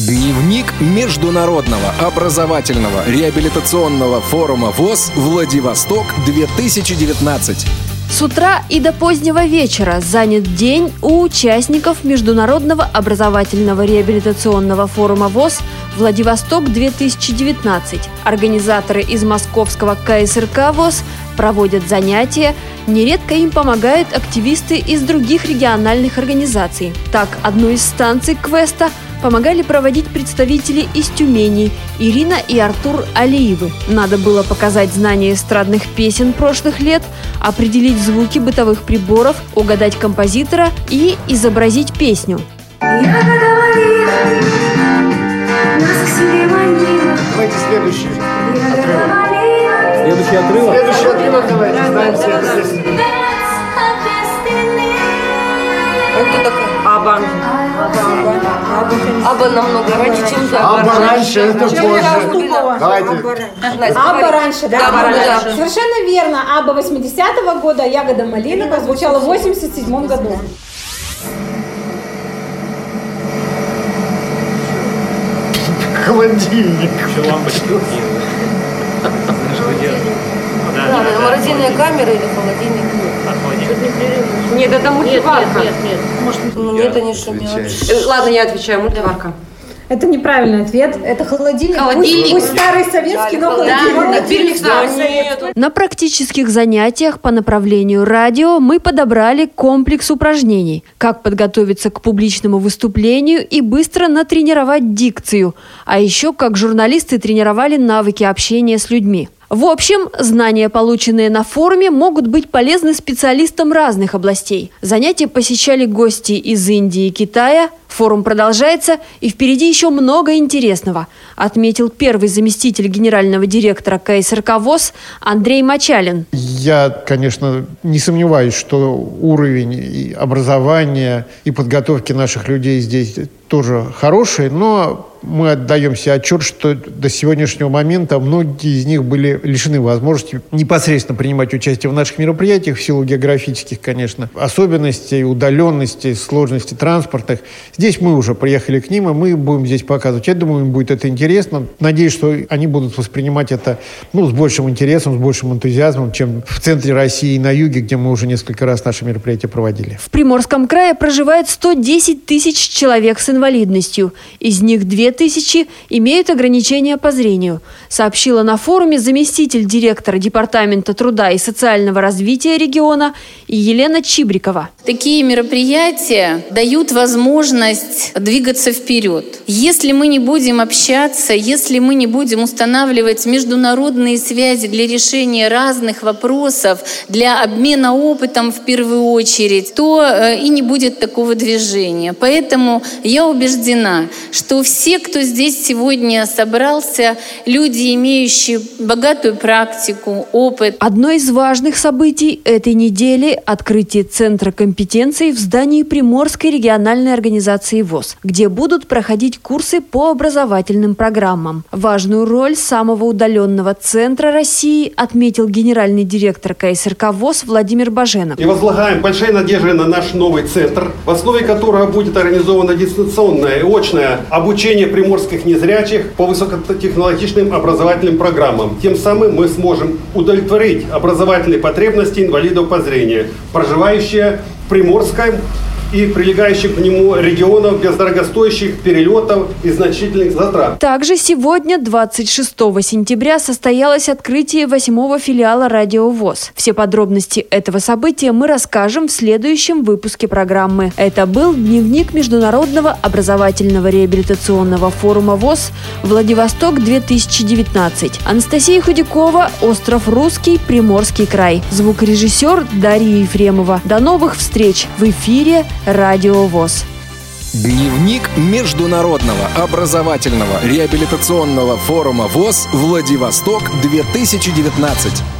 Дневник Международного образовательного реабилитационного форума ВОС «Владивосток-2019». С утра и до позднего вечера занят день у участников Международного образовательного реабилитационного форума ВОС «Владивосток-2019». Организаторы из московского КСРК ВОС проводят занятия, нередко им помогают активисты из других региональных организаций. Так, одну из станций квеста помогали проводить представители из Тюмени Ирина и Артур Алиевы. Надо было показать знания эстрадных песен прошлых лет, определить звуки бытовых приборов, угадать композитора и изобразить песню. Давайте следующий отрывок. Следующий отрывок давайте. Знаем все эту песню. Кто такой? Аба. Аба намного раньше, чем за. Аба раньше, это позже. Давайте. Аба раньше, да? Да. Совершенно верно. Аба 80-го года, Ягода малина прозвучала в 87-м году. Холодильник. Да, морозильная камера или холодильник? Нет, это мультиварка. Нет, это не шумело. Ладно, я отвечаю, мультиварка. Это неправильный ответ. Это холодильник. Пусть старый советский, но холодильник. На практических занятиях по направлению радио мы подобрали комплекс упражнений. Как подготовиться к публичному выступлению и быстро натренировать дикцию. А еще как журналисты тренировали навыки общения с людьми. В общем, знания, полученные на форуме, могут быть полезны специалистам разных областей. Занятия посещали гости из Индии и Китая. Форум продолжается, и впереди еще много интересного, отметил первый заместитель генерального директора КСРК ВОС Андрей Мачалин. Я, конечно, не сомневаюсь, что уровень и образования и подготовки наших людей здесь тоже хороший, но мы отдаем себе отчет, что до сегодняшнего момента многие из них были лишены возможности непосредственно принимать участие в наших мероприятиях в силу географических, конечно, особенностей, удаленностей, сложностей транспортных. Здесь мы уже приехали к ним, и мы будем здесь показывать. Я думаю, им будет это интересно. Надеюсь, что они будут воспринимать это с большим интересом, с большим энтузиазмом, чем в центре России и на юге, где мы уже несколько раз наши мероприятия проводили. В Приморском крае проживает 110 тысяч человек с инвалидностью. Из них 2 тысячи имеют ограничения по зрению, сообщила на форуме заместитель директора Департамента труда и социального развития региона Елена Чибрикова. Такие мероприятия дают возможность двигаться вперед. Если мы не будем общаться, если мы не будем устанавливать международные связи для решения разных вопросов, для обмена опытом в первую очередь, то и не будет такого движения. Поэтому я убеждена, что все, кто здесь сегодня собрался, люди, имеющие богатую практику, опыт. Одно из важных событий этой недели – открытие Центра компетенций в здании Приморской региональной организации ВОС, где будут проходить курсы по образовательным программам. Важную роль самого удаленного центра России отметил генеральный директор КСРК ВОС Владимир Баженов. И возлагаем большие надежды на наш новый центр, в основе которого будет организовано дистанционное и очное обучение приморских незрячих по высокотехнологичным образовательным программам. Тем самым мы сможем удовлетворить образовательные потребности инвалидов по зрению, проживающих в Приморском и прилегающих к нему регионов без дорогостоящих перелетов и значительных затрат. Также сегодня, 26 сентября, состоялось открытие 8-го филиала Радио ВОС. Все подробности этого события мы расскажем в следующем выпуске программы. Это был дневник Международного образовательного реабилитационного форума ВОС «Владивосток-2019». Анастасия Худякова, остров Русский, Приморский край. Звукорежиссер Дарья Ефремова. До новых встреч в эфире Радио ВОС. Дневник Международного образовательного реабилитационного форума ВОС «Владивосток-2019».